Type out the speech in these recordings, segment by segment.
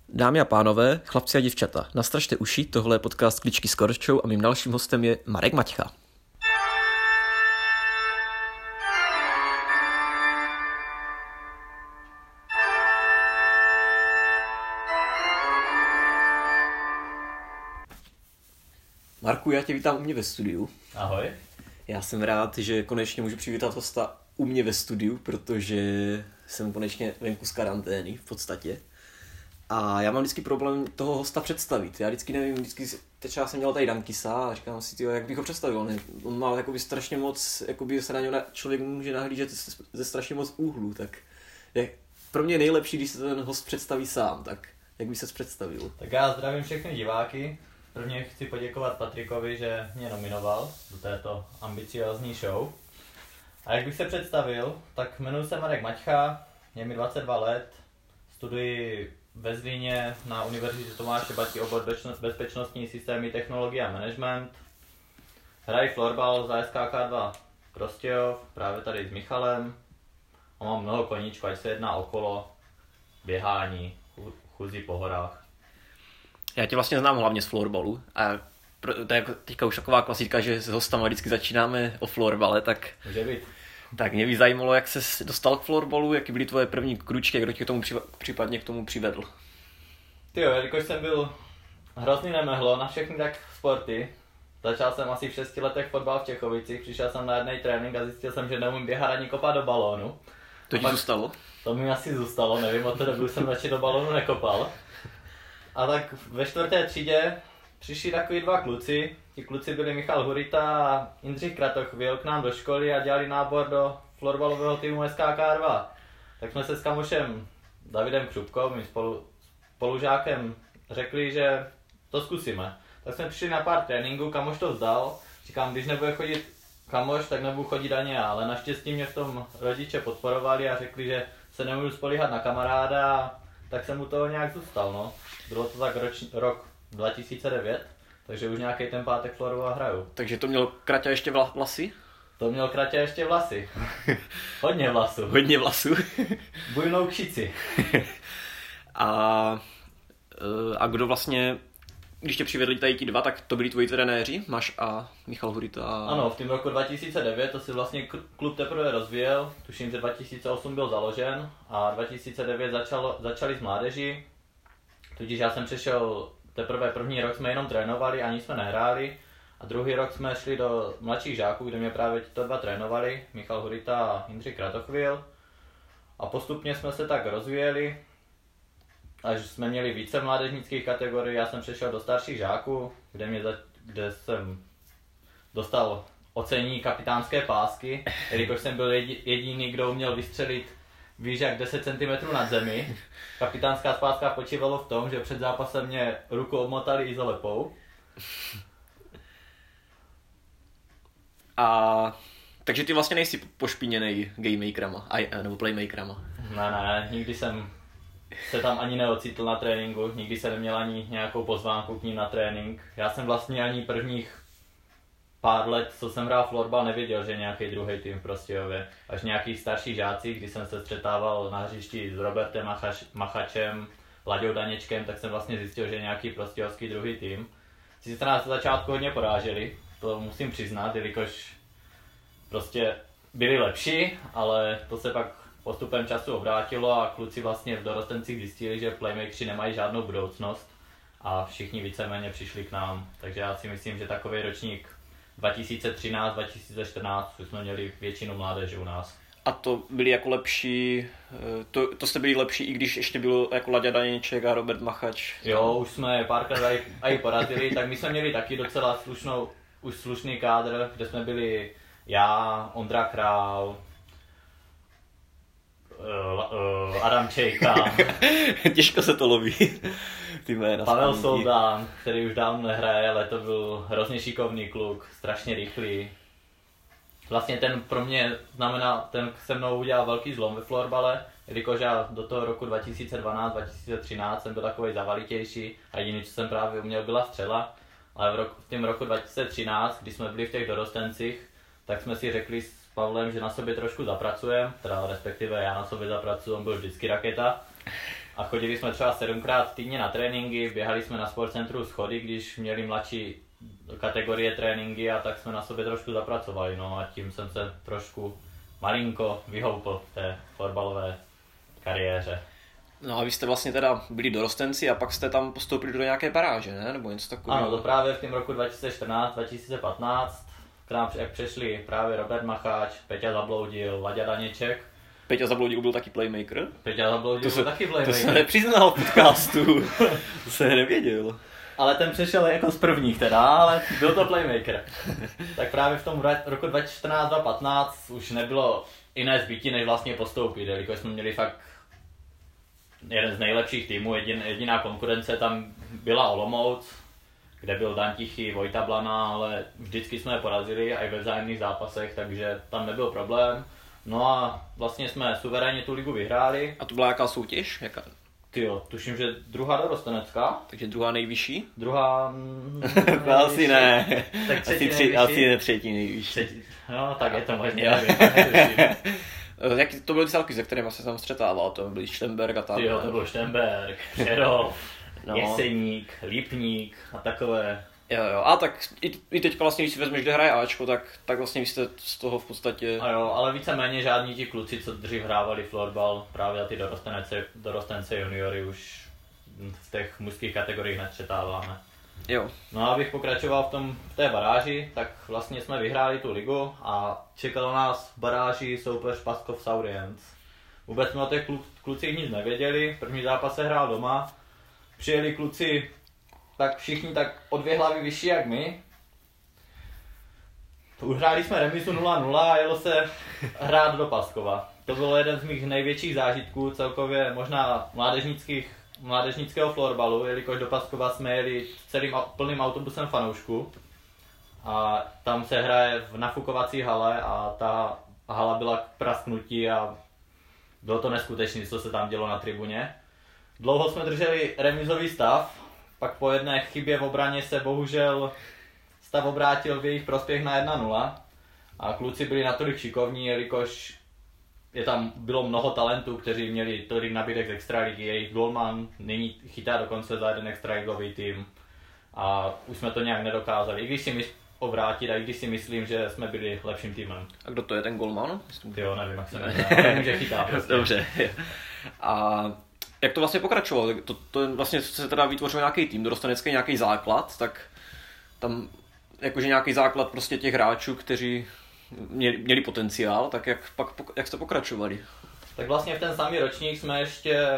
Dámy a pánové, chlapci a děvčata, nastražte uši, tohle je podcast Kličky s Korčou a mým dalším hostem je Marek Maťka. Marku, já tě vítám u mě ve studiu. Ahoj. Já jsem rád, že konečně můžu přivítat hosta u mě ve studiu, protože jsem konečně venku z karantény v podstatě. A já mám vždycky problém toho hosta představit. Já vždycky nevím, třeba jsem měl tady Dankisa a říkám si, tyjo, jak bych ho představil. On má jakoby strašně moc, jakoby se na něj člověk může nahlížet ze strašně moc úhlů, tak je pro mě nejlepší, když se ten host představí sám, tak jak by ses představil? Tak já zdravím všechny diváky. Prvně chci poděkovat Patrikovi, že mě nominoval do této ambiciózní show. A jak bych se představil, tak jmenuji se Marek Maťka, je mi 22 let, studuji ve Zlíně na Univerzitě Tomáše Bati obor bezpečnostní systémy, technologie a management. Hraji florbal za SKK2 Prostějov, právě tady s Michalem. A mám mnoho koníčků, ať se jedná okolo, běhání, chůzí po horách. Já tě vlastně znám hlavně z florbalu a to je teďka už taková klasika, že s hostama vždycky začínáme o florbale, tak... Může být. Tak mě by zajímalo, jak ses dostal k florbalu, jaký byly tvoje první kručky, kdo tě k tomu případně k tomu přivedl. Tyjo, jelikož jsem byl hrozný nemehlo na všechny tak sporty, začal jsem asi v 6 letech fotbal v Čechovicích, přišel jsem na jednej trénink a zjistil jsem, že neumím běhat ani kopat do balónu. To ti zůstalo? To mi asi zůstalo, nevím, od té doby jsem radši do balónu nekopal. A tak ve 4. třídě přišli takový dva kluci. Ti kluci byli Michal Hurita a Jindřich Kratochvil k nám do školy a dělali nábor do florbalového týmu SKK2. Tak jsme se s kamošem Davidem Křupkou, mým spolužákem, řekli, že to zkusíme. Tak jsme přišli na pár tréninků, kamoš to vzdal. Říkám, když nebude chodit kamoš, tak nebudu chodit ani já. Ale naštěstí mě v tom rodiče podporovali a řekli, že se nemůžu spolíhat na kamaráda, tak jsem mu toho nějak zůstal. No. Bylo to tak rok 2009, takže už nějaký ten pátek florbal hraju. Takže to měl Kraťa ještě vlasy? To měl Kraťa ještě vlasy. Hodně vlasů. Hodně vlasů. Bujnou kšici. A kdo vlastně, když tě přivedli tady ti dva, tak to byli tvoji trenéři, Maš a Michal Hurita? Ano, v tom roku 2009 to si vlastně klub teprve rozvíjel. Tuším, že 2008 byl založen a 2009 začali s mládeží. Tudíž já jsem přešel, teprve první rok jsme jenom trénovali, ani jsme nehráli. A druhý rok jsme šli do mladších žáků, kde mě právě tito dva trénovali, Michal Hurita a Jindřich Kratochvil. A postupně jsme se tak rozvíjeli, až jsme měli více mládežnických kategorií. Já jsem přešel do starších žáků, kde jsem dostal ocenění kapitánské pásky, jelikož jsem byl jediný, kdo uměl vystřelit výš jak 10 cm nad zemi. Kapitánská páska počívalo v tom, že před zápasem mě ruku obmotali izolepou. Takže ty vlastně nejsi pošpiněnej gamemakerama, nebo playmakerama. Ne, nikdy jsem se tam ani neocitl na tréninku, nikdy jsem neměl ani nějakou pozvánku k ním na trénink. Já jsem vlastně ani prvních pár let, co jsem hrál florbal, nevěděl, že nějaký druhý tým v Prostějově. Až nějaký starší žáci, když jsem se střetával na hřišti s Robertem Machačem, Laďou Daněčkem, tak jsem vlastně zjistil, že je nějaký prostějovský druhý tým. Sice nás na začátku hodně poráželi, to musím přiznat, jelikož prostě byli lepší, ale to se pak postupem času obrátilo a kluci vlastně v dorostencích zjistili, že playmakeri nemají žádnou budoucnost a všichni víceméně přišli k nám. Takže já si myslím, že takový ročník 2013-2014 už jsme měli většinu mládeže u nás. A to byli jako lepší, to jste byli lepší, i když ještě bylo jako Laďa Daněček a Robert Machač? Jo, už jsme párkrát i porazili, tak my jsme měli taky docela slušný kádr, kde jsme byli já, Ondra Král, Adam Čejka. Těžko se to loví. Ty jména. Pavel Soldán, který už dávno nehraje, ale to byl hrozně šikovný kluk, strašně rychlý. Vlastně ten pro mě ten se mnou udělal velký zlom ve florbale, jelikož já do toho roku 2012-2013 jsem byl takovej zavalitější a jediný, co jsem právě uměl, byla střela. Ale v tom roku 2013, když jsme byli v těch dorostencích, tak jsme si řekli s Pavlem, že na sobě trošku zapracujeme, teda respektive já na sobě zapracuju, on byl vždycky raketa. a chodili jsme třeba 7krát týdně na tréninky, běhali jsme na sportcentru schody, když měli mladší kategorie tréninky a tak jsme na sobě trošku zapracovali, no a tím jsem se trošku malinko vyhoupl v té fotbalové kariéře. No a vy jste vlastně teda byli dorostenci a pak jste tam postoupili do nějaké baráže, ne? Nebo něco takového? Ano, to právě v tom roku 2014-2015, k nám jak přešli právě Robert Macháč, Peťa Zabloudil, Laďa Daněček. Peťa Zabloudil byl taky playmaker? Peťa Zabloudil byl taky playmaker. To jsem nepřiznal v podcastu, to jsem nevěděl. Ale ten přešel jako z prvních teda, ale byl to playmaker. Tak právě v tom roku 2014-2015 už nebylo jiné zbytí, než vlastně postoupit, jelikož jsme měli fakt jeden z nejlepších týmů, jediná konkurence tam byla Olomouc, kde byl Dan Tichý, Vojta Blana, ale vždycky jsme je porazili i ve vzájemných zápasech, takže tam nebyl problém. No a vlastně jsme suverénně tu ligu vyhráli. A to byla jaká soutěž? Jaká? Tyjo, tuším, že druhá dorostenecká. Takže druhá nejvyšší? Druhá... Asi ne. Tak asi třetí nejvyšší. No, tak je to možné. Jak to byly ty celky, se kterými se tam střetával? To byly Štemberg a tak. Jo, to byl Štemberg, Přerov, no. Jeseník, Lipník a takové. Jo. A tak i teďka vlastně, když si vezmeš, kde hraje Ačko, tak vlastně vy jste z toho v podstatě... A jo, ale víceméně žádní ti kluci, co dřív hrávali florbal, právě ty dorostence juniory už v těch mužských kategoriích nestřetáváme. Jo. No a abych pokračoval v té baráži, tak vlastně jsme vyhráli tu ligu a čekalo nás v baráži soupeř Paskov Sauriens. Vůbec jsme o těch klucích nic nevěděli, první zápas se hrál doma, přijeli kluci tak všichni tak o 2 hlavy vyšší jak my. Uhráli jsme remizu 0-0 a jelo se hrát do Paskova. To byl jeden z mých největších zážitků celkově možná mládežnického florbalu, jelikož do Paskova jsme jeli celým plným autobusem fanoušků. A tam se hraje v nafukovací hale a ta hala byla k prasknutí a bylo to neskutečné, co se tam dělo na tribuně. Dlouho jsme drželi remizový stav, pak po jedné chybě v obraně se bohužel stav obrátil v jejich prospěch na 1-0 a kluci byli natolik šikovní, jelikož tam bylo mnoho talentů, kteří měli tolik nabídek z extraligy, jejich golman nyní chytá dokonce za jeden extraligový tým a už jsme to nějak nedokázali, i když si obrátit a i když si myslím, že jsme byli lepším týmem. A kdo to je ten golman? Jo, nevím, jak se jmenuje, ale že chytá prostě. Dobře. A jak to vlastně pokračovalo? To vlastně se teda vytvořil nějaký tým, dorostenecký nějaký základ, tak tam jakože nějaký základ prostě těch hráčů, kteří měli potenciál, tak jak jste pokračovali? Tak vlastně v ten samý ročník jsme ještě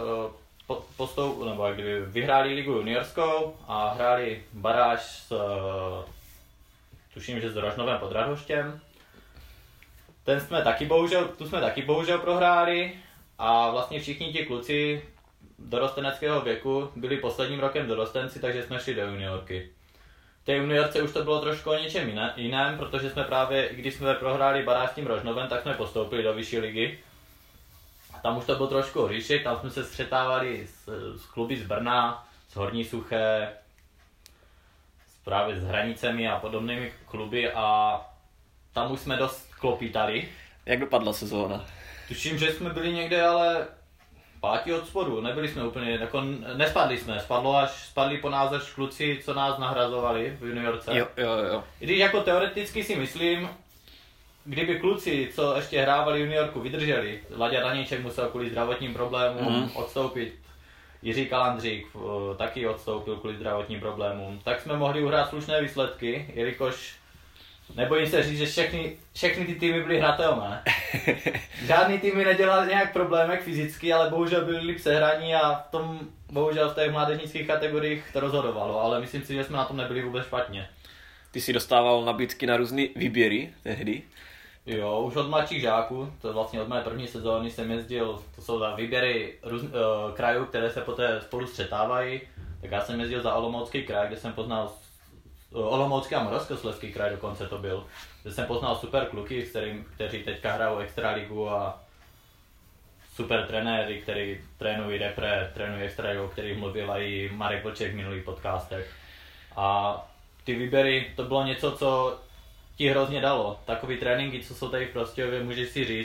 vyhráli ligu juniorskou a hráli baráž s tuším, že s Rožnovem pod Radhoštěm. Tu jsme taky bohužel prohráli a vlastně všichni ti kluci dorosteneckého věku byli posledním rokem dorostenci, takže jsme šli do juniorky. V té juniorce už to bylo trošku o něčem jiném, protože jsme právě, i když jsme prohráli baráž s tím Rožnovem, tak jsme postoupili do vyšší ligy. A tam už to bylo trošku oříšek, tam jsme se střetávali s kluby z Brna, z Horní Suché, právě s Hranicemi a podobnými kluby a tam už jsme dost klopítali. Jak dopadla sezóna? Tuším, že jsme byli někde ale pátí od spodu, nebyli jsme úplně, jako nespadli jsme, spadli po nás až kluci, co nás nahrazovali v juniorce. Jo. I když jako teoreticky si myslím, kdyby kluci, co ještě hrávali juniorku, vydrželi, Laďa Daníček musel kvůli zdravotním problémům odstoupit, Jiří Kalandřík taky odstoupil kvůli zdravotním problémům, tak jsme mohli uhrát slušné výsledky, jelikož nebojím se říct, že všechny ty týmy byly hratelné. Žádný týmy nedělal nějak problémek fyzicky, ale bohužel byli líp sehraní a bohužel v těch mládežnických kategoriích to rozhodovalo, ale myslím si, že jsme na tom nebyli vůbec špatně. Ty jsi dostával nabídky na různé výběry tehdy? Jo, už od mladších žáků, to vlastně od mé první sezóny jsem jezdil, to jsou za výběry krajů, které se poté spolu střetávají, tak já jsem jezdil za Olomoucký kraj, kde jsem poznal Olomoucký a Moravskoslezský kraj dokonce to byl, kde jsem poznal super kluky, kteří teďka hrajou extraligu a super trenéry, kteří trénují repre, trénují extraligu, o kterých mluvil i Marek Vlček v minulých podcastech. A ty výběry, to bylo něco, co ti hrozně dalo. Takový tréninky, co jsou tady v Prostějově, můžeš si říct,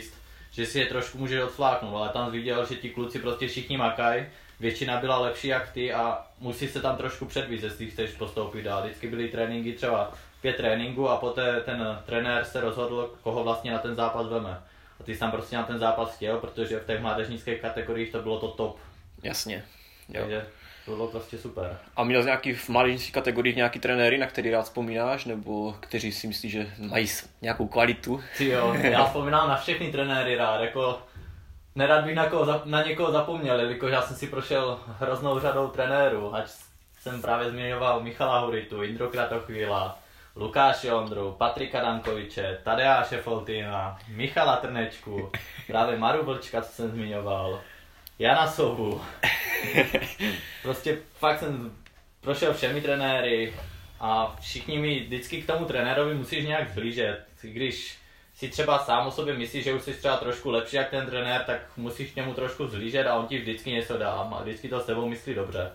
že si je trošku můžeš odfláknout, ale tam viděl, že ti kluci prostě všichni makají, většina byla lepší jak ty a musí se tam trošku předvíct, jestli chceš postoupit dál. Vždycky byly tréninky, třeba 5 tréninků a poté ten trenér se rozhodl, koho vlastně na ten zápas veme. A ty jsi tam prostě na ten zápas chtěl, protože v těch mládežnických kategoriích to bylo to top. Jasně. Jo. Takže to bylo prostě super. A měl jsi nějaký v mládežnických kategoriích nějaký trenéry, na který rád vzpomínáš, nebo kteří si myslíš, že mají nějakou kvalitu? Ty jo, já vzpomínám na všechny trenéry rád, jako nerad bych na někoho zapomněl, jelikož já jsem si prošel hroznou řadou trenérů, ať jsem právě zmiňoval Michala Huritu, Indru Kratochvíla, Lukáše Ondru, Patrika Dankoviče, Tadeáše Foltýna, Michala Trnečku, právě Maru Vlčka, co jsem zmiňoval, Jana Sovu. Prostě fakt jsem prošel všemi trenéry a všichni mi vždycky k tomu trenérovi musíš nějak zhlížet. Když si třeba sám o sobě myslíš, že už jsi třeba trošku lepší jak ten trenér, tak musíš k němu trošku zhlížet a on ti vždycky něco dá a vždycky to s tebou myslí dobře.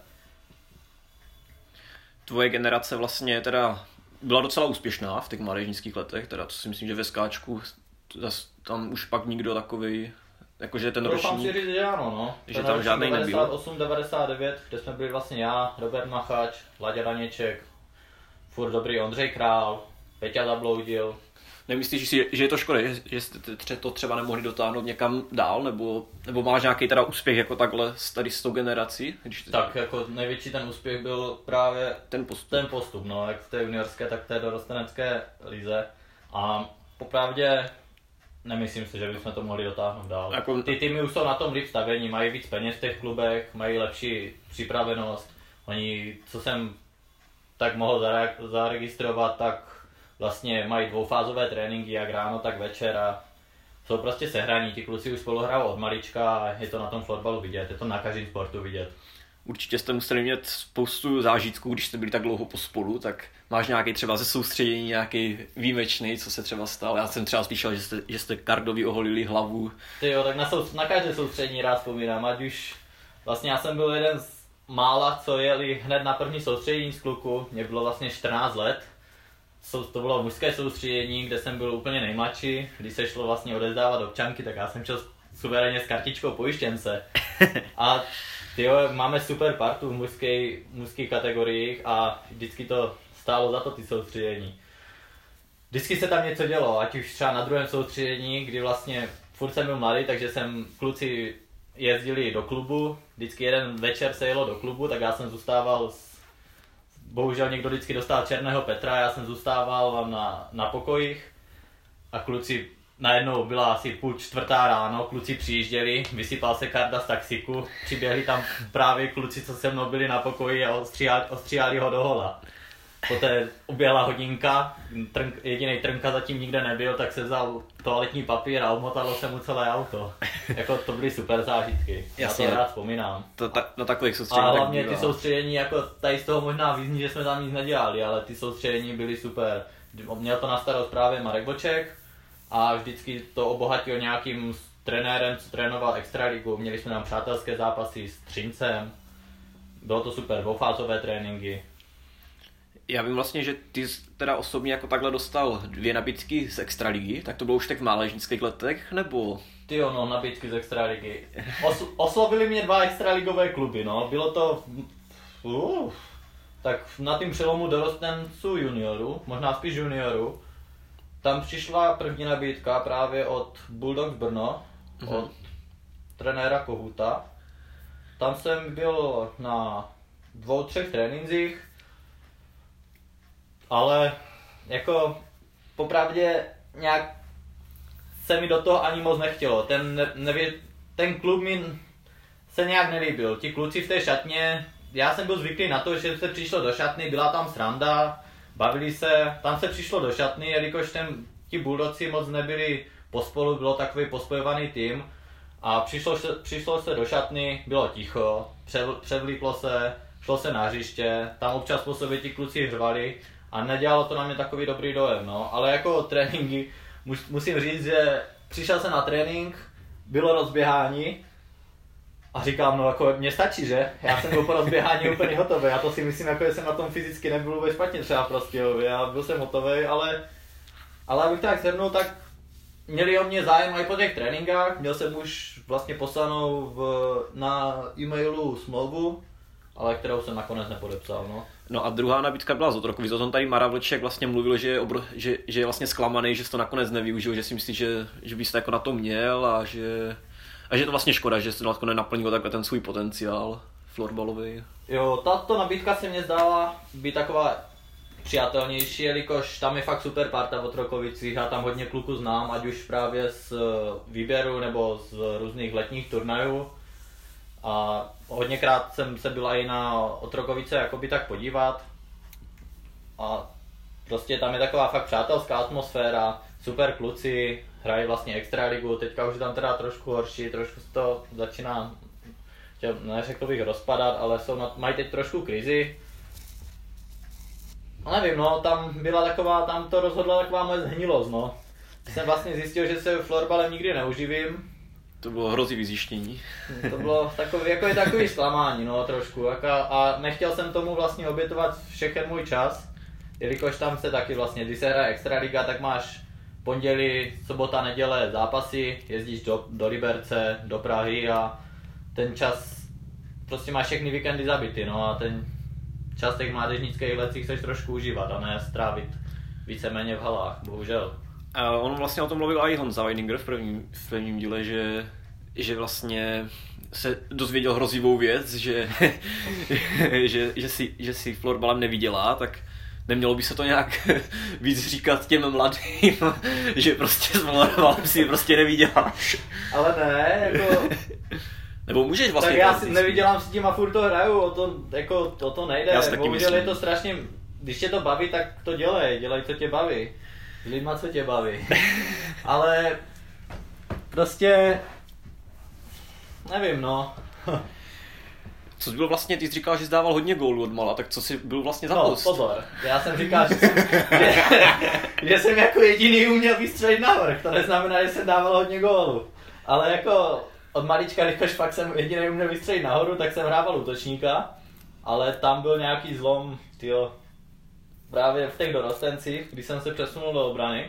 Tvoje generace vlastně teda byla docela úspěšná v těch mládežnických letech, teda to si myslím, že ve skáčku tam už pak nikdo takovej, jakože ten ročník. Doufám si říct, že ano, no. Že tam žádnej nebyl. 98-99, kde jsme byli vlastně já, Robert Machač, Láďa Daněček, furt dobrý Ondřej Král, Peťa Zabloudil. Nemyslíš si, že je to škoda, že jste to třeba nemohli dotáhnout někam dál, nebo máš nějaký teda úspěch jako takhle tady s tou generací? Tak jako největší ten úspěch byl právě ten postup, no, jak v té juniorské, tak v té dorostenecké lize. A popravdě nemyslím si, že bychom to mohli dotáhnout dál. Jako... Ty týmy už jsou na tom líp stavění, mají víc peněz v těch klubech, mají lepší připravenost. Oni, co jsem tak mohl zaregistrovat, tak vlastně mají dvoufázové tréninky, jak ráno, tak večer a jsou prostě sehraní. Ti kluci už spolu hrajou od malička a je to na tom florbalu vidět, je to na každém sportu vidět. Určitě jste museli mít spoustu zážitků, když jste byli tak dlouho pospolu, tak máš nějaký třeba ze soustředění, nějaký výjimečný, co se třeba stalo. Já jsem třeba slyšel, že jste Kardovi oholili hlavu. Ty jo, tak na každé soustředění rád vzpomínám, ať už vlastně já jsem byl jeden z mála, co jeli hned na první soustředění z kluku, mě bylo vlastně 14 let. To bylo mužské soustředění, kde jsem byl úplně nejmladší, když se šlo vlastně odezdávat občanky, tak já jsem šel suverénně s kartičkou pojištěnce. A tyjo, máme super partu v mužských kategoriích a vždycky to stálo za to ty soustředění. Vždycky se tam něco dělo, ať už třeba na druhém soustředění, kdy vlastně furt jsem byl mladý, takže kluci jezdili do klubu, vždycky jeden večer se jelo do klubu, tak já jsem zůstával bohužel někdo vždycky dostal černého Petra, já jsem zůstával na pokojích a kluci najednou byla asi 3:30 ráno, kluci přijížděli, vysypal se Karda z taxiku, přiběhli tam právě kluci, co se mnou byli na pokoji a ostříhali ho do hola. Poté uběhla hodinka, jedinej Trnka zatím nikde nebyl, tak se vzal toaletní papír a umotalo se mu celé auto. Jako to byly super zážitky, jasně, já to rád vzpomínám. Na takových soustředěních. A hlavně ty soustředění, jako tady z toho možná vyzní, že jsme tam nic nedělali, ale ty soustředění byly super. Měl to na starost právě Marek Boček a vždycky to obohatil nějakým trenérem, co trénoval extraligu. Měli jsme tam přátelské zápasy s Třincem, bylo to super, dvoufázové tréninky. Já vím vlastně, že ty teda osobně jako takhle dostal 2 nabídky z extraligy, tak to bylo už tak v mládežnických letech, nebo? Ty jo, no, nabídky z extraligy. Oslovili mě 2 extraligové kluby, no, bylo to tak na tím přelomu dorostenců juniorů, možná spíš juniorů. Tam přišla první nabídka právě od Bulldogs Brno, od trenéra Kohuta. Tam jsem byl na 2-3 trénincích, ale jako popravdě nějak se mi do toho ani moc nechtělo. Ten klub mi se nějak nelíbil. Ti kluci v té šatně, já jsem byl zvyklý na to, že se přišlo do šatny, byla tam sranda, bavili se, tam se přišlo do šatny, jelikož ti buldoci moc nebyli pospolu, bylo takový pospojovaný tým a přišlo se do šatny, bylo ticho, převlíklo se, šlo se na hřiště, tam občas po sobě ti kluci hřvali a nedělalo to na mě takový dobrý dojem, no, ale jako tréninky, musím říct, že přišel jsem na trénink, bylo rozběhání a říkám, no jako mně stačí, že? Já jsem byl po rozběhání úplně hotový, já to si myslím, jako že jsem na tom fyzicky nebyl vůbec špatně třeba prostě, já byl jsem hotový, ale abych tak shrnul, tak měli o mě zájem i po těch tréninkách, měl jsem už vlastně poslanou na e-mailu smlouvu, ale kterou jsem nakonec nepodepsal, no. No a druhá nabídka byla z Otrokovic. O tom tady Mara Vlček vlastně mluvil, že je vlastně zklamaný, že jsi to nakonec nevyužil, že si myslí, že bys to jako na to měl a že je to vlastně škoda, že jsi to nakonec naplnil takhle ten svůj potenciál florbalový. Jo, tato nabídka se mě zdála být taková přijatelnější, jelikož tam je fakt super parta v Otrokovicích, já tam hodně kluků znám, ať už právě z výběru nebo z různých letních turnajů. A hodněkrát jsem se byl i na Otrokovice jakoby tak podívat. A prostě tam je taková fakt přátelská atmosféra, super kluci, hrají vlastně extraligu, teďka už je tam teda trošku horší, trošku se to začíná, neřekl bych rozpadat, ale mají teď trošku krizi. No nevím, no, tam to rozhodla taková moje zhnilost, no. Jsem vlastně zjistil, že se florbalem nikdy neuživím. To bylo hrozivý zjištění. To bylo takový zklamání, no, trošku. A nechtěl jsem tomu vlastně obětovat všechen můj čas, jelikož tam se taky vlastně, když se hraje extraliga, tak máš pondělí, sobota, neděle zápasy, jezdíš do Liberce, do Prahy a ten čas, prostě máš všechny víkendy zabity, no a ten čas těch mládežnických letcích chceš trošku užívat a ne strávit víceméně v halách, bohužel. A on vlastně o tom mluvil i Honza Weininger v prvním díle, že vlastně se dozvěděl hrozivou věc, že si florbalem nevydělá, tak nemělo by se to nějak víc říkat těm mladým, že prostě s florbalem si prostě nevyděláš. Ale ne, jako... Nebo můžeš vlastně... Tak já si nevydělám s tím a furt to hraju, o to nejde, bohužel je to strašně... Když tě to baví, tak to dělej, co tě baví. S lidma, co tě baví. Ale... Prostě... Nevím, no. Co jsi byl vlastně, ty jsi říkal, že jsi dával hodně gólů od mala, tak co jsi byl vlastně za host? No, pozor, já jsem říkal, že jsem jako jediný uměl vystřelit navrch, to neznamená, že jsem dával hodně gólů. Ale jako od malička, když fakt jsem jediný uměl vystřelit nahoru, tak jsem hrával útočníka, ale tam byl nějaký zlom, právě v těch dorostencích, když jsem se přesunul do obrany.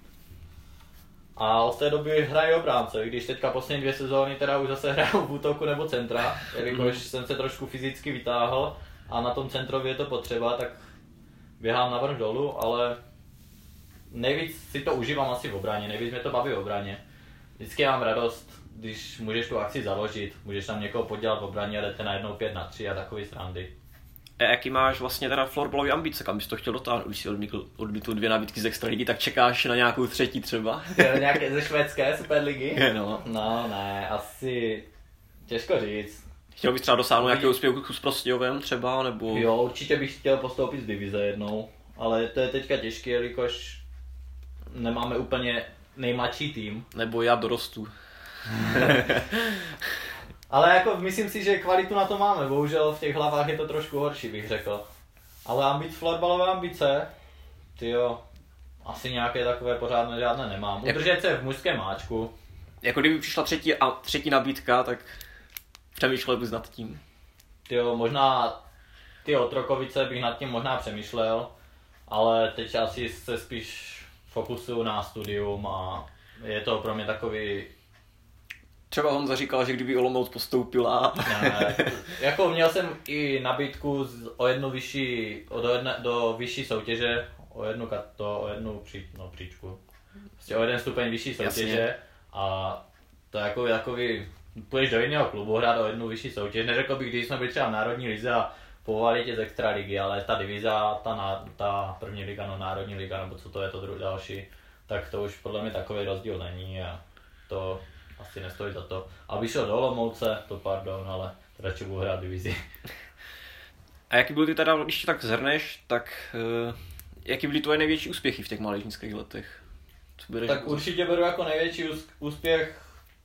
A od té doby hrají obránce, když teďka poslední 2 sezóny teda už zase hraju v útoku nebo centra, jelikož jsem se trošku fyzicky vytáhl a na tom centrově je to potřeba, tak běhám navrch dolů, ale nejvíc si to užívám asi v obraně, nejvíc mě to baví v obraně. Vždycky mám radost, když můžeš tu akci založit, můžeš tam někoho podělat v obraně a jdete najednou 5-3 a takový srandy. A jaký máš vlastně teda florbalový ambice, kam bys to chtěl dotáhnout? Když jsi odmítl 2 nabídky z extraligy, tak čekáš na nějakou 3. třeba? Nějaké ze švédské Superligy? No. No ne, asi těžko říct. Chtěl bys třeba dosáhnout nějakého úspěchu s Prostějovem třeba, nebo... Jo, určitě bych chtěl postoupit z divize jednou, ale to je teďka těžké, jelikož nemáme úplně nejmladší tým. Nebo já dorostu. Ale jako myslím si, že kvalitu na to máme, bohužel v těch hlavách je to trošku horší, bych řekl. Ale florbalové ambice, asi nějaké takové pořádné žádné nemám. Udržet se v mužském máčku. Jako kdyby přišla třetí nabídka, tak přemýšlel bys nad tím. Možná Otrokovice bych nad tím možná přemýšlel, ale teď asi se spíš fokusuju na studium a je to pro mě takový... Třeba Honza říkal, že kdyby Olomouc postoupila. Ne, jako měl jsem i nabídku do vyšší soutěže, o jednu příčku. Prostě o jeden stupeň vyšší soutěže. Jasně. A to jako takový, půjdeš do jiného klubu hrát o jednu vyšší soutěž. Neřekl bych, když jsme byli třeba v národní lize a povolali tě z extraligy, ale ta diviza, ta první liga, národní liga, nebo co to je to další, tak to už podle mě takový rozdíl není a to asi nestojí za to. Aby šel do Olomouce, to pardon, ale radši budu hrát divizi. A jaký byly ty teda, když to tak zhrneš, tak jaký byly tvoje největší úspěchy v těch mládežnických letech? Tak určitě beru jako největší úspěch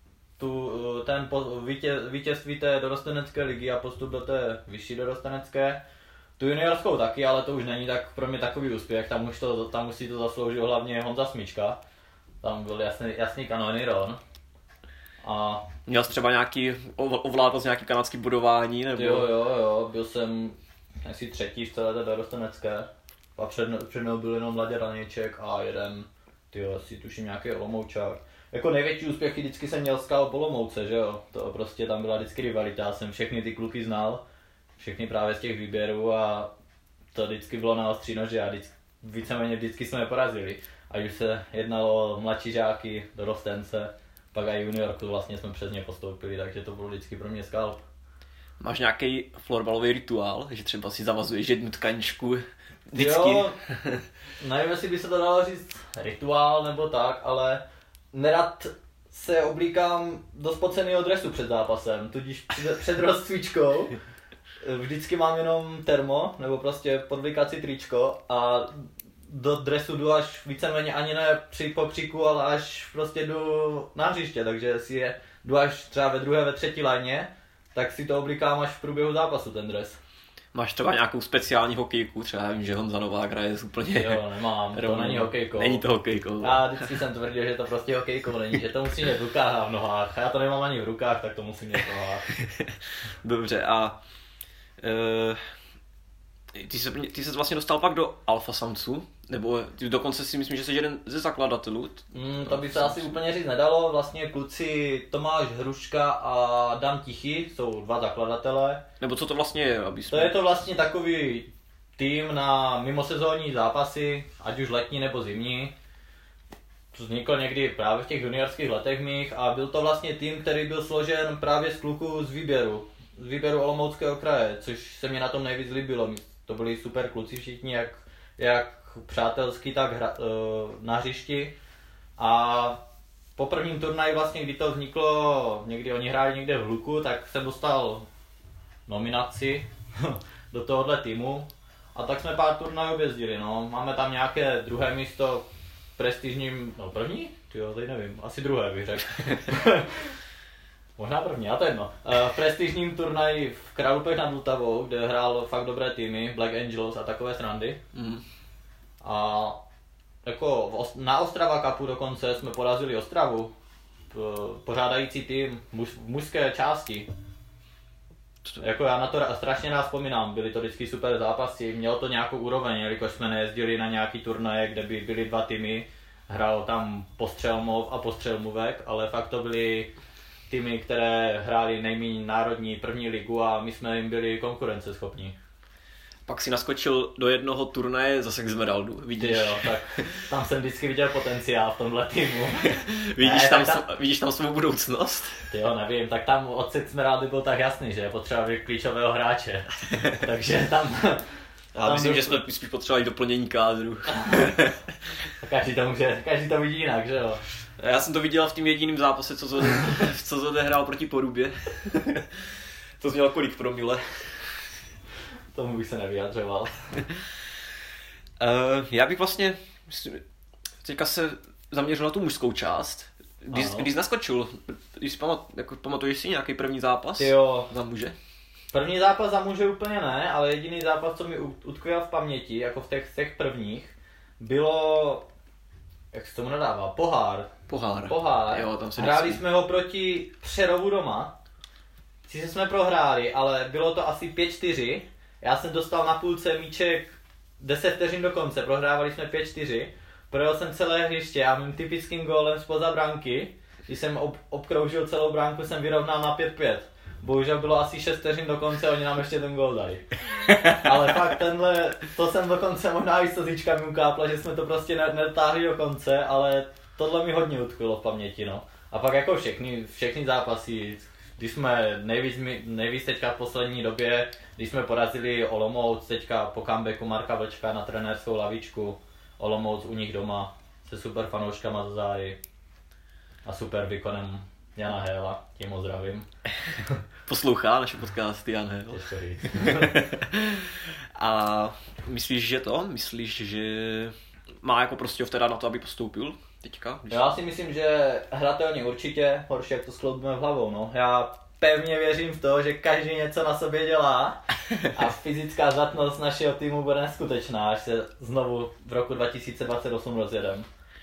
vítězství té dorostenecké ligy a postup do té vyšší dorostenecké. Tu juniorskou taky, ale to už není tak pro mě takový úspěch, tam už si to zasloužil hlavně Honza Smyčka. Tam byl jasný kanónny Ron. A měl jsi třeba ovládal nějaký kanadský budování, nebo? Jo, byl jsem asi 3. v celé té dorostenecké. A před mnou byl jenom Mladě Raněček a jeden tyjo, asi tuším nějaký Olomoučák. Jako největší úspěchy vždycky jsem měl Skalp Olomouce, že jo, to prostě tam byla vždycky rivalita, já jsem všechny ty kluky znal, všechny právě z těch výběrů a to vždycky bylo na ostrý nože a víceméně vždycky jsme je porazili. Ať už se jednalo o mladší žáky, dorostence, pak i juniorku vlastně jsme přes ně postoupili, takže to bylo vždycky pro mě Skalp. Máš nějaký florbalový rituál, že třeba si zavazuješ jednu tkaničku vždycky? Jo, nevím, jestli by se to dalo říct rituál nebo tak, ale nerad se oblíkám do spoceného dresu před zápasem, tudíž před rozcvičkou vždycky mám jenom termo, nebo prostě podvlíkací tričko a do dresu jdu až víceméně ani ne při pokřiku, ale až prostě jdu na hřiště, takže si jdu až třeba ve druhé, ve třetí lajně, tak si to oblíkám až v průběhu zápasu ten dres. Máš třeba nějakou speciální hokejku, třeba vím, že Honza Novák hraje úplně... Jo, nemám, to není hokejkou. Není to hokejkou. Já vždycky jsem tvrdil, že to prostě hokejkou není, že to musí mít v rukách a v nohách. A já to nemám ani v rukách, tak to musím mít v nohách. Dobře, a ty se vlastně dostal pak do Alfa Samců, nebo ty dokonce si myslím, že jsi jeden ze zakladatelů. To by se asi úplně říct nedalo, vlastně kluci Tomáš Hruška a Dan Tichý jsou dva zakladatelé. Nebo co to vlastně je? To je to vlastně takový tým na mimosezónní zápasy, ať už letní nebo zimní. To vznikl někdy právě v těch juniorských letech mých a byl to vlastně tým, který byl složen právě z kluků z výběru Olomouckého kraje, což se mi na tom nejvíc líbilo. To byli super kluci všichni, jak přátelský, tak na hřišti. A po prvním turnaji vlastně, kdy to vzniklo, někdy oni hráli někde v Hluku, tak jsem dostal nominaci do tohohle týmu. A tak jsme pár turnajů objezdili, no. Máme tam nějaké druhé místo v prestižním, no první? Jo, teď nevím, asi druhé bych řekl. Možná první, a to jedno. V prestižním turnaji v Kralupech nad Vltavou, kde hrál fakt dobré týmy, Black Angels a takové srandy. A jako na Ostrava Cupu dokonce jsme porazili Ostravu, pořádající tým v mužské části. Jako já na to strašně rád vzpomínám, byly to vždycky super zápasy, mělo to nějakou úroveň, jelikož jsme nejezdili na nějaký turnaje, kde by byly dva týmy, hrál tam Postřelmov a Postřelmovek, ale fakt to byly týmy, které hráli nejméně národní první ligu a my jsme jim byli konkurenceschopní. Pak si naskočil do jednoho turnaje zase k Esmeraldu, vidíš? Jo, tak tam jsem vždycky viděl potenciál v tomhle týmu. Vidíš tam svou budoucnost? Jo, nevím, tak tam odset Esmeraldy byl tak jasný, že potřebovali klíčového hráče. Takže tam... Já myslím, že jsme spíš potřebovali doplnění kádru. Každý to vidí jinak, že jo? Já jsem to viděl v tím jediném zápase, co odehrál proti Porubě. To mělo kolik promile? Tomu bych se nevyjadřoval. Já bych vlastně teďka se zaměřil na tu mužskou část. Když naskočil, pamatuješ si nějaký první zápas za muže? První zápas za muže úplně ne, ale jediný zápas, co mi utkvěl v paměti, jako v těch prvních, bylo, jak se tomu nadává, Pohár. Jo, tam se hráli jsme ho proti Přerovu doma. Sice jsme prohráli, ale bylo to asi 5-4. Já jsem dostal na půlce míček 10 vteřin do konce, prohrávali jsme 5-4. Projel jsem celé hřiště a mým typickým gólem spoza branky, když jsem obkroužil celou bránku, jsem vyrovnal na 5-5. Bohužel bylo asi 6 vteřin do konce, oni nám ještě ten gól dali. Ale fakt to jsem dokonce možná i slzičkami ukápla, že jsme to prostě netáhli do konce, ale tohle mi hodně utkvělo v paměti, no. A pak jako všechny zápasy, když jsme nejvíc teďka v poslední době, když jsme porazili Olomouc teďka po comebacku Marka Vlčka na trenérskou lavičku, Olomouc u nich doma se super fanouškama z Záry a super výkonem Jana Héla, tím ho zdravím. Poslouchá naše podcasty Jan Hél. A myslíš, že má jako prostě vteda na to, aby postoupil teďka? Já si myslím, že hratelně určitě, horší jak to skloubíme v hlavou, no. Já pevně věřím v to, že každý něco na sobě dělá a fyzická zdatnost našeho týmu bude neskutečná, až se znovu v roku 2028 rozjedeme.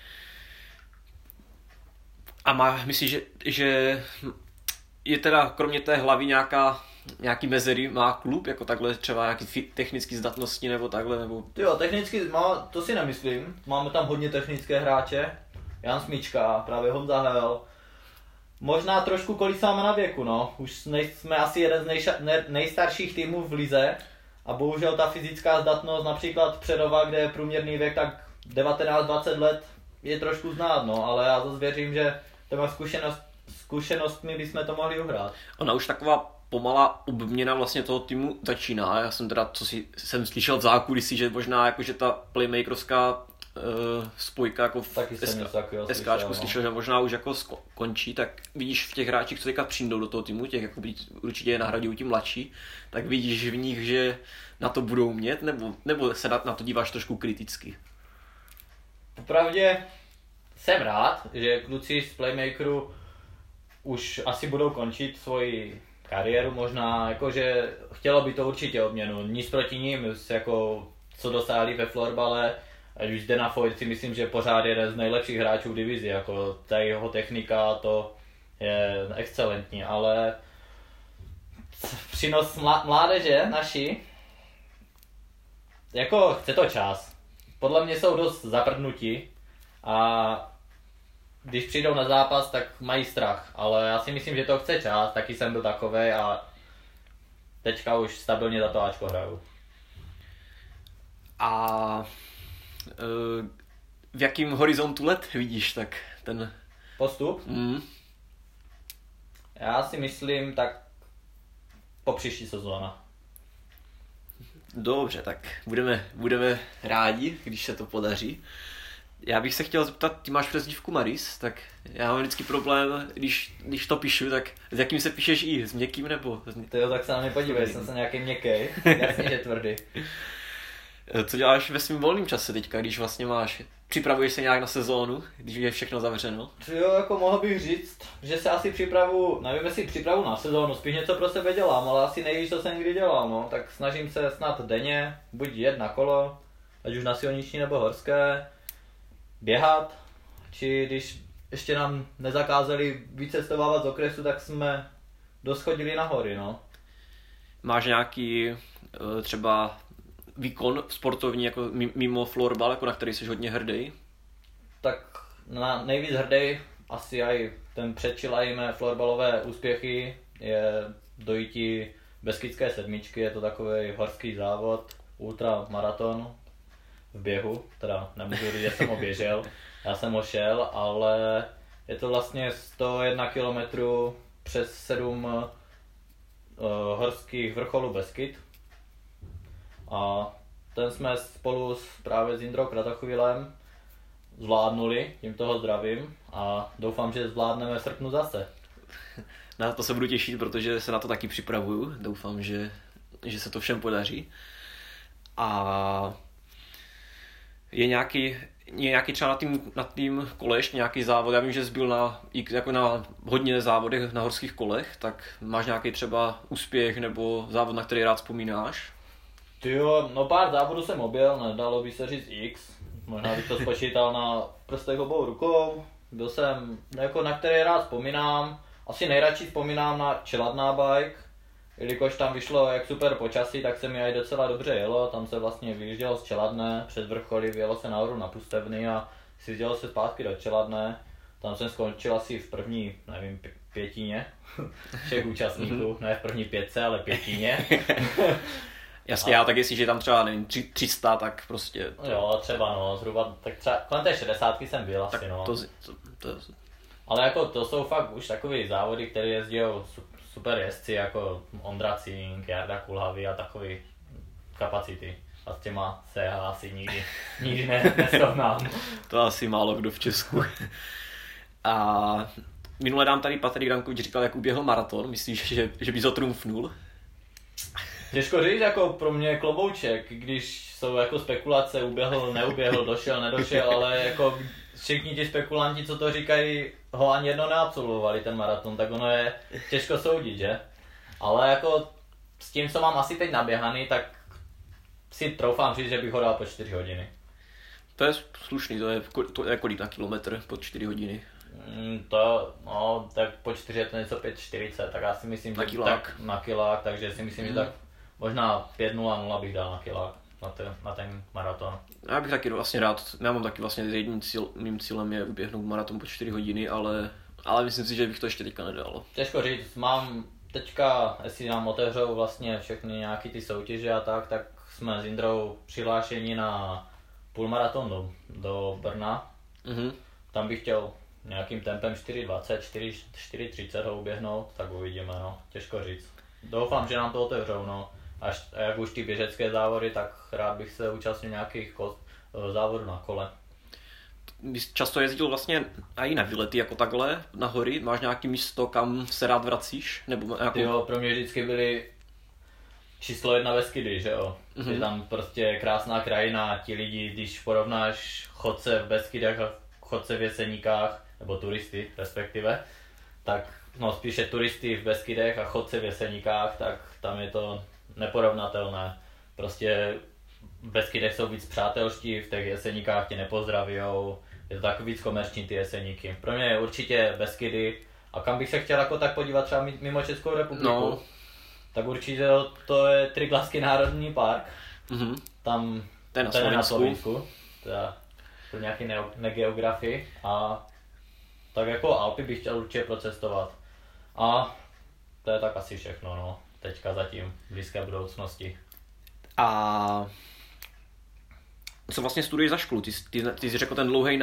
A myslíš, že je teda kromě té hlavy nějaký mezery má klub, jako takhle třeba nějaký technický zdatnosti nebo takhle? Nebo... Jo, technicky to si nemyslím. Máme tam hodně technické hráče, Jan Smíčka, právě Honza Hel. Možná trošku kolísáme na věku, no. Už jsme asi jeden z nejstarších týmů v lize a bohužel ta fyzická zdatnost, například Přerova, kde je průměrný věk tak 19-20 let, je trošku znát, no, ale já zase věřím, že těma zkušenostmi bychom to mohli uhrát. Ona už taková pomalá obměna vlastně toho týmu začíná. Já jsem teda, jsem slyšel v zákulisí, že možná jakože ta playmakerovská spojka jako v SKčku slyšel, že možná už jako končí, tak vidíš v těch hráčích, co teďka přijdou do toho týmu, těch jako určitě je nahradí ti mladší, tak vidíš v nich, že na to budou mít, nebo se na to díváš trošku kriticky? Popravdě jsem rád, že kluci z Playmakeru už asi budou končit svoji kariéru, možná jakože chtělo by to určitě obměnu, nic proti ním, jako co dosáhli ve florbale. Ať už Dana Foyt si myslím, že pořád je jeden z nejlepších hráčů v divizi, jako ta jeho technika, to je excelentní, ale přínos mládeže naší, jako chce to čas. Podle mě jsou dost zaprdnutí a když přijdou na zápas, tak mají strach, ale já si myslím, že to chce čas, taky jsem byl takovej a teďka už stabilně za to Ačko hraju. A v jakým horizontu let vidíš tak ten postup? Já si myslím tak po příští sezóna. Dobře, tak budeme rádi, když se to podaří. Já bych se chtěl zeptat, ty máš přezdívku Maris, tak já mám vždycky problém, když to píšu, tak s jakým se píšeš s měkkým nebo? Jo, tak se na mě podívej, jsem se nějaký měkkej, jasně, že tvrdý. Co děláš ve svém volném čase teďka, když vlastně připravuješ se nějak na sezónu, když je všechno zavřeno? Jo, jako mohl bych říct, že se asi nevím jestli připravu na sezónu, spíš něco pro sebe dělám, ale asi nejvíc, co jsem kdy dělal, no. Tak snažím se snad denně, buď jet na kolo, ať už na silniční nebo horské, běhat, či když ještě nám nezakázali vycestovávat z okresu, tak jsme dost chodili na hory, no. Máš nějaký třeba výkon sportovní jako mimo florbal, jako na který jsi hodně hrdý? Tak na nejvíc hrdý asi aj ten předčilaj mé florbalové úspěchy je dojití Beskydské sedmičky, je to takový horský závod, ultramaraton v běhu, teda nemůžu říct, že jsem ho běžel, já jsem ho šel, ale je to vlastně 101 km přes 7 horských vrcholů Beskyd. A ten jsme spolu právě s Jindrou Kratochvílem zvládnuli, tím toho zdravím a doufám, že zvládneme v srpnu zase. Na to se budu těšit, protože se na to taky připravuju, doufám, že se to všem podaří. A je nějaký třeba na tým kole ještě nějaký závod, já vím, že jsi byl jako na hodně závodech na horských kolech, tak máš nějaký třeba úspěch nebo závod, na který rád vzpomínáš? Jo, no pár závodů jsem objel, nedalo by se říct X, možná bych to spočítal na prstech obou rukou, byl jsem, jako na které rád vzpomínám, asi nejradši vzpomínám na Čeladná bike, jelikož tam vyšlo jak super počasí, tak se mi aj docela dobře jelo, tam se vlastně vyjíždělo z Čeladné, přes vrcholy, vyjelo se nahoru na Pustevny a sjíždělo se zpátky do Čeladné, tam jsem skončil asi v první, nevím, pětině všech účastníků, ne v první 5, ale pětině. Jasně, já tak jestli, že tam třeba, nevím, 300, tak prostě... Jo, třeba no, zhruba, tak třeba kolem té 60 jsem byl asi, tak no. To... Ale jako to jsou fakt už takové závody, které jezdí super jezdci, jako Ondra Cink, Jarda Kulhavý a takový kapacity. A s těma se já asi nikdy nesrovnám. To asi málo kdo v Česku. A minule nám tady Patrik Dankovič říkal, jak uběhl maraton. Myslíš, že bys ho trumfnul? Těžko říct, jako pro mě klobouček, když jsou jako spekulace, uběhl, neuběhl, došel, nedošel, ale jako všichni ti spekulanti, co to říkají, ho ani jedno neabsolvovali ten maraton, tak ono je těžko soudit, že? Ale jako s tím, co mám asi teď naběhaný, tak si troufám říct, že bych ho dal po 4 hodiny. To je slušný, to je kolik na kilometr po 4 hodiny? Tak po 4 je to něco 5,40, tak já si myslím, na že kilák. Tak na kilák, takže si myslím, že tak možná 5,00 bych dal na kilák. na ten maraton? Já bych taky vlastně rád, já mám taky vlastně mým cílem je uběhnout maraton po 4 hodiny, ale myslím si, že bych to ještě teďka nedal. Těžko říct, mám teďka, jestli nám otevřou vlastně všechny nějaký ty soutěže a tak jsme s Jindrou přihlášeni na půlmaraton do Brna. Mhm. Tam bych chtěl nějakým tempem 4.20, 4.30 ho uběhnout, tak uvidíme, no, těžko říct. Doufám, že nám to otevřou, no. Až jak už ty běžecké závody, tak rád bych se účastnil nějakých závodů na kole. Často jezdil vlastně i na výlety jako takhle, na hory, máš nějaký místo, kam se rád vracíš? Nebo nějakou... Jo, pro mě vždycky byly číslo 1 Beskydy, že jo. Mm-hmm. Je tam prostě krásná krajina, ti lidi, když porovnáš chodce v Beskydech a chodce v Jeseníkách, nebo turisty respektive, tak no spíše turisty v Beskydech a chodce v Jeseníkách, tak tam je to neporovnatelné. Prostě v Beskydech jsou víc přátelští, v těch Jeseníkách tě nepozdravijou, je to tak víc komerční ty Jeseníky. Pro mě je určitě Beskydy a kam bych se chtěl jako tak podívat třeba mimo Českou republiku, no. Tak určitě to je Triglavský národní park, mm-hmm. Tam ten je na Slovensku, teda pro nějaký negeografii a tak jako Alpy bych chtěl určitě procestovat a to je tak asi všechno, no, teďka zatím v blízké budoucnosti. A co vlastně studuješ za školu? Ty jsi řekl ten dlouhý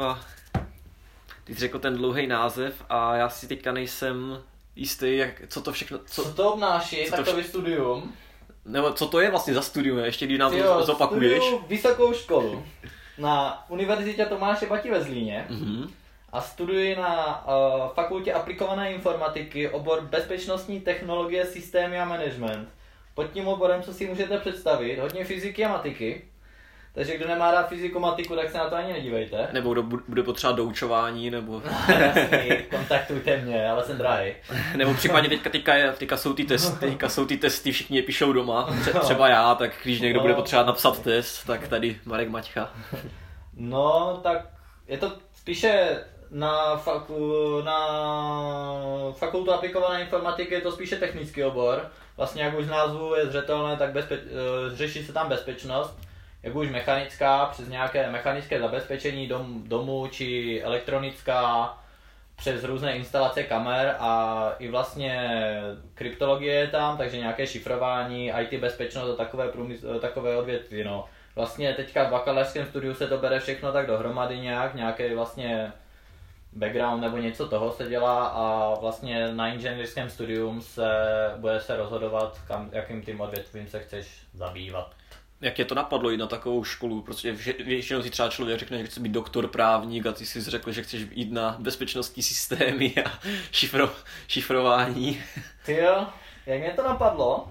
název a já si teďka nejsem jistý, co to všechno... Co to obnáší, takový studium? Nebo co to je vlastně za studium, ještě když nám to zopakuješ? Studuju vysokou školu na Univerzitě Tomáše Bati ve Zlíně mm-hmm. a studuji na Fakultě aplikované informatiky obor bezpečnostní technologie, systémy a management. Pod tím oborem, co si můžete představit, hodně fyziky a matiky. Takže kdo nemá rád fyziku, matiku, tak se na to ani nedívejte. Nebo kdo bude potřebovat doučování, nebo... Jasný, kontaktujte mě, ale jsem drahý. Nebo případně teďka jsou ty testy, všichni je píšou doma, třeba já, tak když někdo bude potřebovat napsat test, tak tady Marek Maťka. No, tak je to spíše na fakultu aplikované informatiky, je to spíše technický obor. Vlastně jak už z názvu je zřetelné, tak řeší se tam bezpečnost. Jak už mechanická, přes nějaké mechanické zabezpečení domu či elektronická, přes různé instalace kamer a i vlastně kryptologie je tam, takže nějaké šifrování, IT bezpečnost a takové odvětví. No. Vlastně teďka v bakalářském studiu se to bere všechno tak dohromady nějaký vlastně background nebo něco toho se dělá a vlastně na inženýrském studium bude se rozhodovat, jakým tím odvětvím se chceš zabývat. Jak tě to napadlo jít na takovou školu? Protože většinou si třeba člověk řekne, že chce být doktor, právník a ty jsi řekl, že chceš jít na bezpečnostní systémy a šifrování. Ty jo, jak mě to napadlo?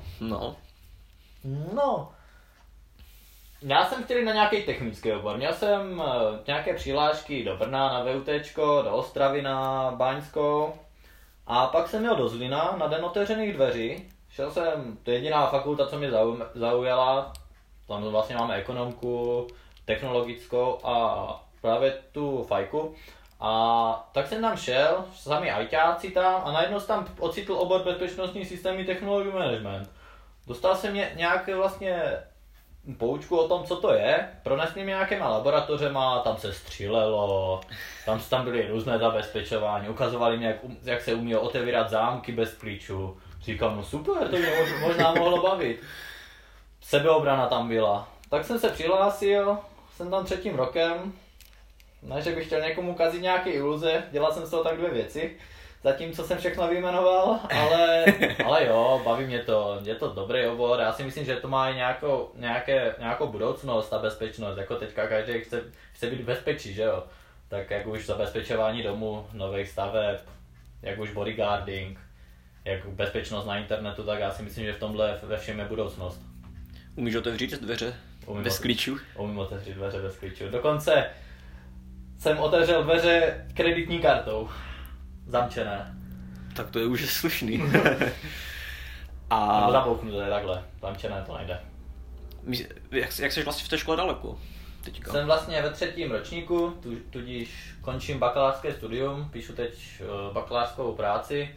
No. Já jsem chtěl na nějaký technický obor. Měl jsem nějaké přihlášky do Brna na VUTčko, do Ostravy na Báňskou a pak jsem jel do Zlína na den otevřených dveří. Šel jsem, to je jediná fakulta, co mě zaujala. Tam vlastně máme ekonomku, technologickou a právě tu fajku. A tak jsem tam šel, sami ajťáci tam a najednou jsem tam ocitl obor bezpečnostní systémy technologie management. Dostal jsem nějaké vlastně poučku o tom, co to je. Pronesli mi nějakýma laboratořema, tam se střílelo, tam byly různé zabezpečování, ukazovali mi, jak se umí otevírat zámky bez klíčů. Říkám, no super, to mě možná mohlo bavit. Sebeobrana tam byla. Tak jsem se přihlásil, jsem tam 3. rokem, ne, že bych chtěl někomu kazit nějaké iluze, dělal jsem z toho tak 2 věci, zatím co jsem všechno vyjmenoval, ale jo, baví mě to, je to dobrý obor, já si myslím, že to má i nějakou budoucnost a bezpečnost, jako teďka každý chce být v bezpečí, že jo, tak jak už zabezpečování domu, nových staveb, jak už bodyguarding, jak bezpečnost na internetu, tak já si myslím, že v tomhle ve všem je budoucnost. Umíš otevřít dveře bez klíčů? Umím otevřít dveře bez klíčů. Dokonce jsem otevřel dveře kreditní kartou. Zamčené. Tak to je už slušný. Nebo zabouknuté takhle. Zamčené to nejde. Jak jsi vlastně v té škole daleko? Teďka? Jsem vlastně ve 3. ročníku, tudíž končím bakalářské studium, píšu teď bakalářskou práci,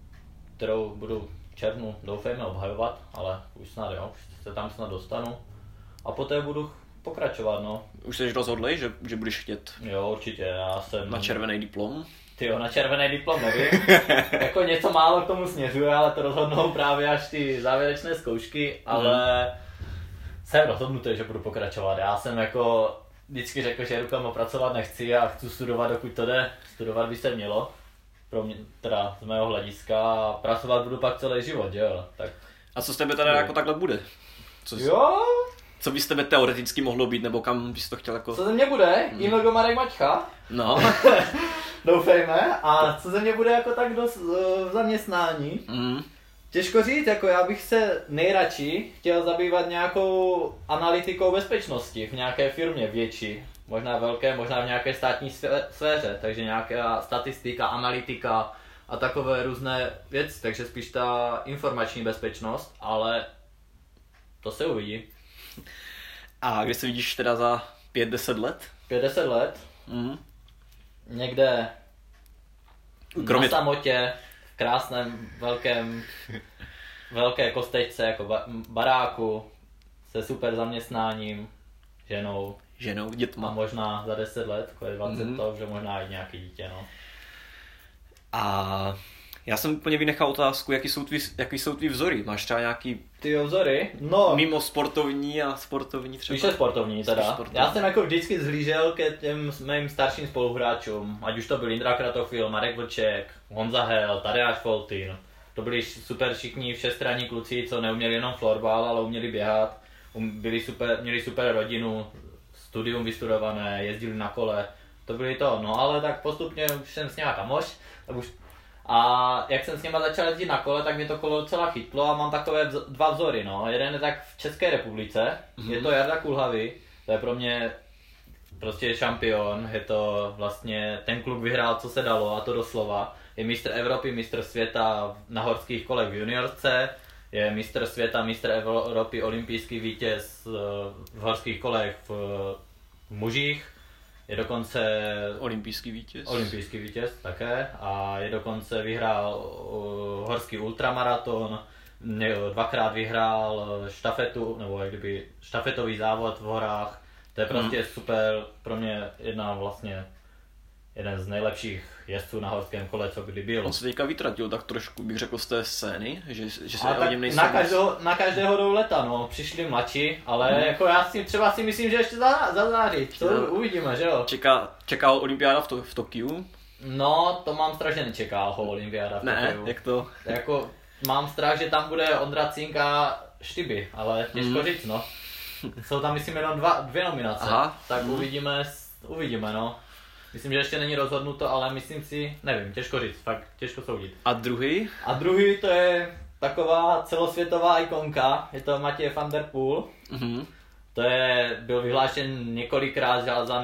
kterou budu v červnu doufejme obhajovat, ale už snad jo, už se tam snad dostanu. a poté budu pokračovat, no. Už jsi rozhodlý, že budeš chtět Jo, určitě, já jsem... na červený diplom? Tyjo, na červený diplom nevím. Jako něco málo k tomu směřuje, ale to rozhodnou právě až ty závěrečné zkoušky, ale jsem rozhodnutý, že budu pokračovat. Já jsem jako vždycky řekl, že rukama pracovat nechci a chci studovat, dokud to jde. Studovat by se mělo, pro mě, teda z mého hlediska, a pracovat budu pak celý život, jo. Tak... A co z tebe teda jako takhle bude? Co by z tebe teoreticky mohlo být, nebo kam bys to chtěl jako... Co ze mě bude? Imego Marek Maťka? No. Doufejme. A co ze mě bude jako tak dost v zaměstnání? Těžko říct, jako já bych se nejradši chtěl zabývat nějakou analytikou bezpečnosti v nějaké firmě větší. Možná velké, možná v nějaké státní sféře, takže nějaká statistika, analytika a takové různé věci, takže spíš ta informační bezpečnost, ale to se uvidí. A kde se vidíš teda za 5-10 let? 5-10 let? Někde na samotě, v krásném, velké kostečce, jako baráku, se super zaměstnáním, ženou, dětma. A možná za 10 let, jako je 20 to, že možná i nějaký dítě, no. A já jsem úplně vynechal otázku, jaký jsou tvý vzory? Máš třeba nějaký... Ty vzory? No. Mimo sportovní a sportovní třeba? Spíše sportovní teda. Já jsem jako vždycky zhlížel ke těm mým starším spoluhráčům, ať už to byl Indra Kratofil, Marek Vlček, Honza Hel, Tadeáš Foltin. To byli super všichni všestranní kluci, co neuměli jenom florbal, ale uměli běhat. Měli super rodinu, studium vystudované, jezdili na kole. To byli to, no ale tak postupně už jsem s nějaká kamoš, a jak jsem s něma začal jezdit na kole, tak mě to kolo docela chytlo a mám takové dva vzory, no. Jeden je tak v České republice, je to Jarda Kulhavý, to je pro mě prostě šampion, je to vlastně, ten kluk vyhrál, co se dalo, a to doslova. Je mistr Evropy, mistr světa na horských kolech v juniorce, je mistr světa, mistr Evropy, olympijský vítěz v horských kolech v mužích. Je dokonce olympijský vítěz také a je dokonce vyhrál horský ultramaraton, dvakrát vyhrál štafetu, nebo jak kdyby štafetový závod v horách. To je prostě super, pro mě jeden z nejlepších jezdců na horském kole, co kdy byl. On se teďka vytratil tak trošku, bych řekl, z té scény, že se o něm nejsem... Na každého jdou leta, no, přišli mladší, ale jako já si myslím, že ještě zazáří, to uvidíme, že jo. Čekal olympiáda v Tokiu? No, to mám strach, že nečekal olympiáda v Tokiu. Ne, jak to? Jako, mám strach, že tam bude Ondra Cink a Štyby, ale těžko říct, no. Jsou tam, myslím, jenom dvě nominace, tak uvidíme, no. Myslím, že ještě není rozhodnuto, ale myslím si, nevím, těžko říct, fakt těžko soudit. A druhý? A druhý to je taková celosvětová ikonka, je to Matěj van der Poel. To byl vyhlášen několikrát za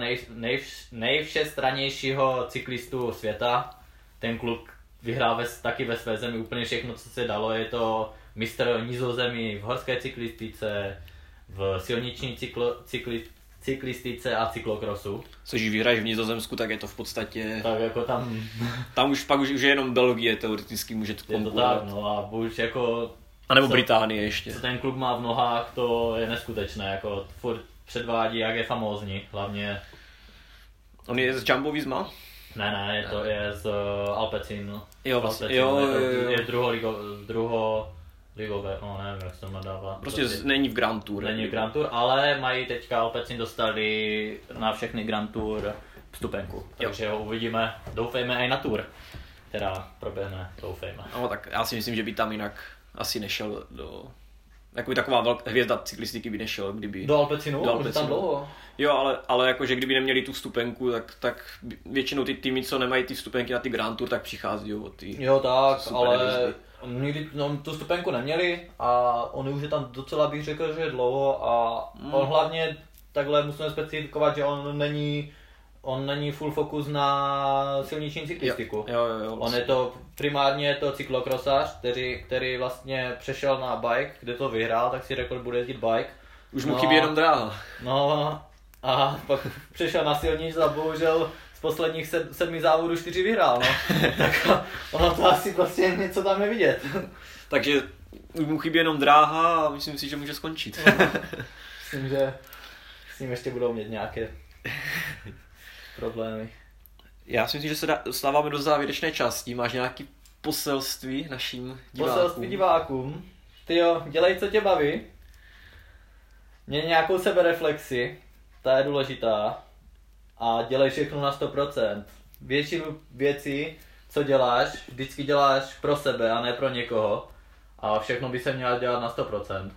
nejvšestrannějšího cyklistu světa. Ten kluk vyhrál taky ve své zemi úplně všechno, co se dalo. Je to mistr Nizozemí v horské cyklistice, v silniční cyklistice a cyklokrosu. Což vyhraješ v Nizozemsku, tak je to v podstatě... Tak jako tam... Tam už pak už je jenom Belgie teoreticky může to konkurovat. Je to tak, no a už jako... A nebo Británie ještě. Co ten kluk má v nohách, to je neskutečné, jako furt předvádí, jak je famózní, hlavně... On je z Jumbo Visma? Ne, to je z Alpecin. Jo, vlastně, je druholigové, no nevím, jak se to nadává. Prostě není v Grand Tour. Není v Grand Tour, ale mají teďka Alpecin dostali na všechny Grand Tour vstupenku. Takže ho uvidíme, doufejme i na Tour. Která proběhne, doufejme. No tak já si myslím, že by tam jinak asi nešel do... Jakoby taková hvězda cyklistiky by nešel, kdyby... Do Alpecinu? Už tam dlouho. Jo, ale jakože kdyby neměli tu vstupenku, tak většinou ty týmy, co nemají ty vstupenky na ty Grand Tour, tak přichází o ty... Jo tak, ale nikdy tu vstupenku neměli a on už je tam docela, bych řekl, že je dlouho a on hlavně takhle musíme specifikovat, že on není full fokus na silniční cyklistiku. Jo, on je to primárně cyklokrosař, který vlastně přešel na bike, kde to vyhrál, tak si řekl, bude jezdit bike. Už mu chybí jenom dráha. No a pak přešel na silnici a bohužel z posledních 7 závodů 4 vyhrál, no. Tak ono to asi prostě něco tam je vidět. Takže už mu chybí jenom dráha a myslím si, že může skončit. Myslím, že s ním ještě budou mít nějaké problémy. Já si myslím, že se dostáváme do závěrečné části. Máš nějaký poselství našim divákům? Poselství divákům. Tyjo, dělej, co tě baví. Měj nějakou sebereflexi, ta je důležitá. A dělej všechno na 100%. Většinu věcí, co děláš, vždycky děláš pro sebe a ne pro někoho. A všechno by se mělo dělat na 100%.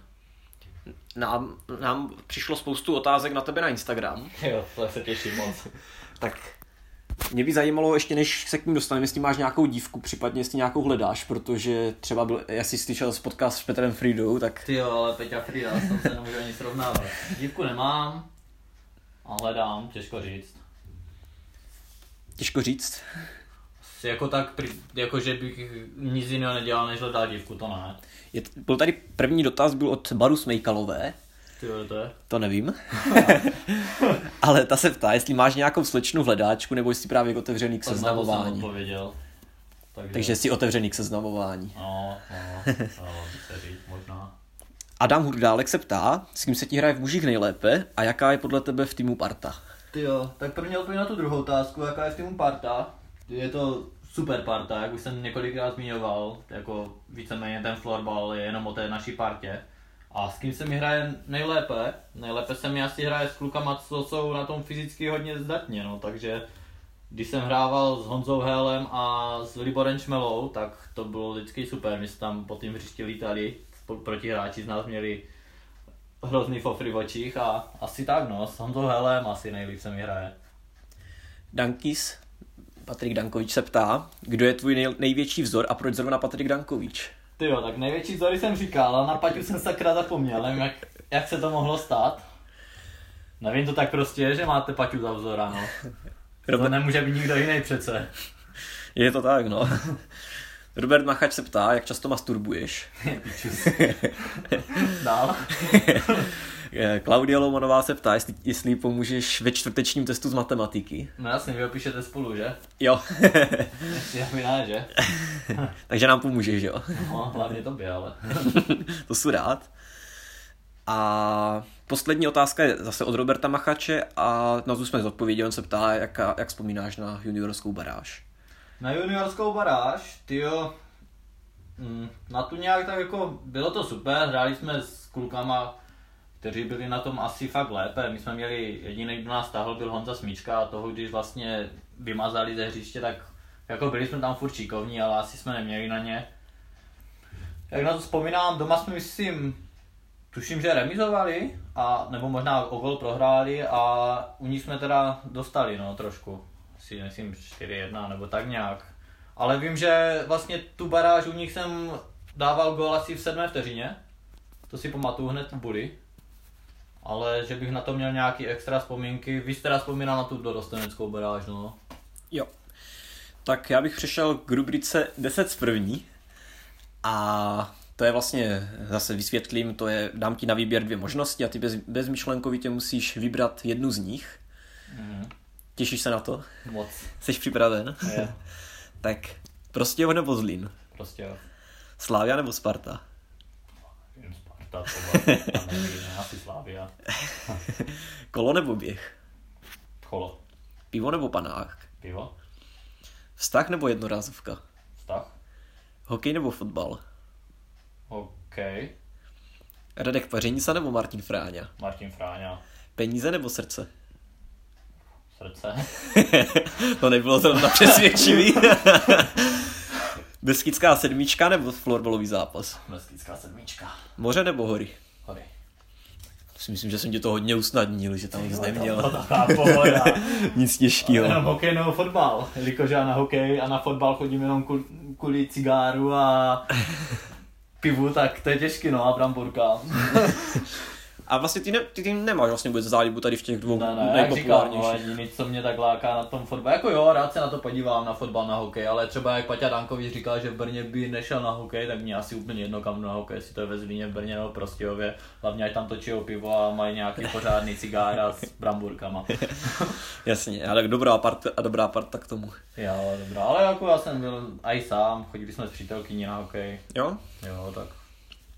Nám přišlo spoustu otázek na tebe na Instagram. Jo, to se těším moc. Tak mě by zajímalo, ještě než se k ní dostaneme, jestli máš nějakou dívku, případně jestli nějakou hledáš, protože třeba jestli slyšel z podcast s Petrem Fridou, tak... Ty jo, ale Peťa Frida, s tom se nemůžu ani srovnávat. Dívku nemám a hledám, těžko říct. Těžko říct? Jako tak, jako že bych nic jiného nedělal, než hledat dívku, to ne. Byl tady první dotaz, byl od Baru Smejkalové. Ty jo, to je? To nevím. Ale ta se ptá, jestli máš nějakou slečnu v hledáčku, nebo jsi právě otevřený k seznamování. Jsem odpověděl. Takže jsi otevřený k seznamování. No, se říct, možná. Adam Hurdálek se ptá, s kým se ti hraje v mužích nejlépe a jaká je podle tebe v týmu parta? Ty jo, tak prvně odpovím na tu druhou otázku, jaká je v týmu parta. Je to super parta, jak už jsem několikrát zmiňoval, jako víceméně ten florbal je jenom o té naší partě. A s kým se mi hraje nejlépe? Nejlépe se mi asi hraje s klukama, co jsou na tom fyzicky hodně zdatně, no, takže když jsem hrával s Honzou Hélem a s Liborem Čmelou, tak to bylo vždycky super, my jsme tam po tým hřišti lítali, protihráči z nás měli hrozný fofry v očích a asi tak no, s Honzou Hélem asi nejlíp se mi hraje. Dankis, Patrik Dankovič se ptá, kdo je tvůj největší vzor a proč zrovna Patrik Dankovič? Ty jo, tak největší vzory jsem říkal, ale na Paťu jsem sakra zapomněl, nevím jak se to mohlo stát. Nevím, to tak prostě je, že máte Paťu za vzora, no. To nemůže být nikdo jiný přece. Je to tak, no. Robert Machač se ptá, jak často masturbuješ. Dál. Klaudia Lomonová se ptá, jestli pomůžeš ve čtvrtečním testu z matematiky. No jasně, vy ho píšete spolu, že? Jo. Já mi ne, že? Takže nám pomůžeš, jo? No, hlavně tobě, ale. To jsou rád. A poslední otázka je zase od Roberta Machače a na to jsme zodpověděli, on se ptá, jak vzpomínáš na juniorskou baráž. Na juniorskou baráž, tyjo, na tu nějak tak jako, bylo to super, hráli jsme s klukama, kteří byli na tom asi fakt lépe. My jsme měli, jediný, kdo nás táhl, byl Honza Smíčka a toho, když vlastně vymazali ze hřiště, tak jako byli jsme tam furt šikovní, ale asi jsme neměli na ně. Jak na to vzpomínám, doma jsme tuším, že remizovali, nebo možná o gol prohráli a u nich jsme teda dostali, no, trošku. Si myslím 4-1 nebo tak nějak. Ale vím, že vlastně tu baráž u nich jsem dával gól asi v 7. vteřině. To si pamatuju hned v buli. Ale že bych na to měl nějaký extra vzpomínky. Vy jste teda vzpomínal na tu dorosteneckou baráž, no. Jo. Tak já bych přešel k rubrice 10 z první. A to je vlastně, zase vysvětlím, dám ti na výběr 2 možnosti a ty bezmyšlenkovitě musíš vybrat jednu z nich. Mhm. Těšíš se na to? Moc. Jsi připraven? Je. Tak Prostějov nebo Zlín? Prostějov. Slávia nebo Sparta? Jen Sparta, to nevím, asi Slávia. Kolo nebo běh? Kolo. Pivo nebo panák? Pivo. Vztah nebo jednorázovka? Vztah. Hokej nebo fotbal? OK. Radek Pařenica nebo Martin Fráňa? Martin Fráňa. Peníze nebo srdce? Srdce. To nebylo zrovna přesvědčivý. Beskidská sedmička nebo florbalový zápas? Beskidská sedmička. Moře nebo hory? Hory. Myslím, že jsem ti to hodně usnadnil, že tam nic neměl. To taková pohoda. Nic těžkého. Jenom hokej nebo fotbal. Jelikož já na hokej a na fotbal chodím jenom kvůli cigáru a pivu, tak to je těžký, no, a bramburka. A vlastně ty nemáš vlastně vůbec zálibu tady v těch dvou nejpopulárnějších. No, jediný, co mě tak láká na tom fotbale, jako jo, rád se na to podívám, na fotbal, na hokej, ale třeba jak Paťa Dankovič říkal, že v Brně by nešel na hokej, tak mě asi úplně jedno kam na hokej, jestli to je ve Zlíně, v Brně nebo Prostějově, hlavně ať tam točijou pivo a mají nějaký pořádný cigára s bramburkama. Jasně, ale dobrá parta k tomu. Jo, dobrá, ale jako já jsem byl i sám, chodili jsme s přítelkyní na hokej. Jo? Jo, tak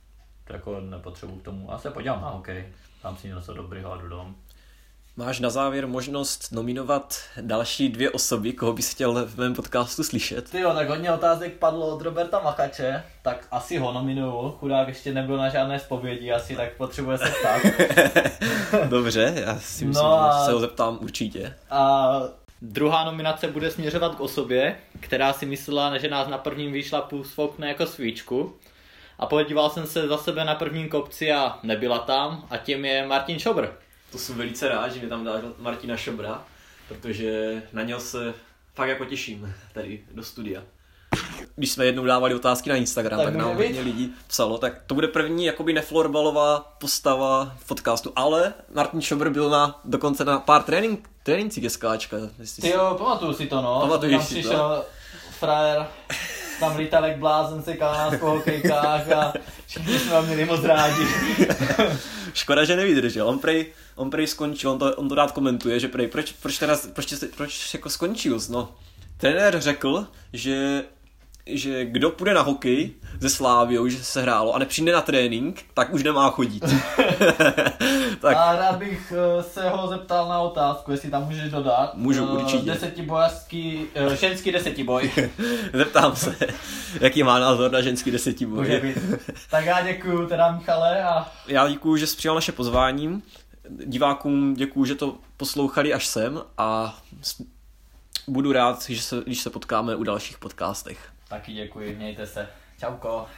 jako nepotřebuji k tomu. Já se podívám na hokej, tam si něco dobrýho a jdu domů. Máš na závěr možnost nominovat další 2 osoby, koho bys chtěl v mém podcastu slyšet? Tyjo, tak hodně otázek padlo od Roberta Makače, tak asi ho nominuju. Chudák ještě nebyl na žádné zpovědi, asi tak potřebuje se stát. Dobře, já si myslím, že se ho zeptám určitě. A druhá nominace bude směřovat k osobě, která si myslela, že nás na prvním výšlapu sfoukne jako svíčku. A podíval jsem se za sebe na prvním kopci a nebyla tam, a tím je Martin Šobr. To jsem velice rád, že mi tam dal Martina Šobra, protože na něho se fakt jako těším tady do studia. Když jsme jednou dávali otázky na Instagram, tak nám hodně lidí psalo, tak to bude první jakoby neflorbalová postava v podcastu, ale Martin Šobr byl dokonce na pár trénincích SKčka. Tyjo, pamatuju si to, no. Pamatuješ si to? Tam přišel frajer, tam lítal jak blázen, sekal nás po hokejkách a všichni jsme ho měli moc rádi. Škoda, že nevydržel. On prej skončil, on to rád komentuje, že prej, proč jako skončil, no. Trenér řekl, že kdo půjde na hokej ze Sláviou, že se hrálo a nepřijde na trénink, tak už nemá chodit. Tak. A rád bych se ho zeptal na otázku, jestli tam můžeš dodat. Můžu, určitě. Ženský desetiboj. Zeptám se, jaký má názor na ženský desetiboj. Může být. Tak já děkuju teda, Michale. Já děkuju, že jsi přijal naše pozvání. Divákům děkuju, že to poslouchali až sem a budu rád, když se potkáme u dalších podcastech. Taky děkuji, mějte se. Čauko.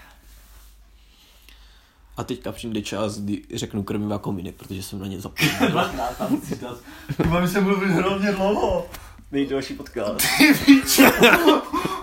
A teďka přijde čas, kdy řeknu krmiva komínek, protože jsem na ně zapomněl. Mám se mluvit hrozně dlouho. Nejdelší podcast.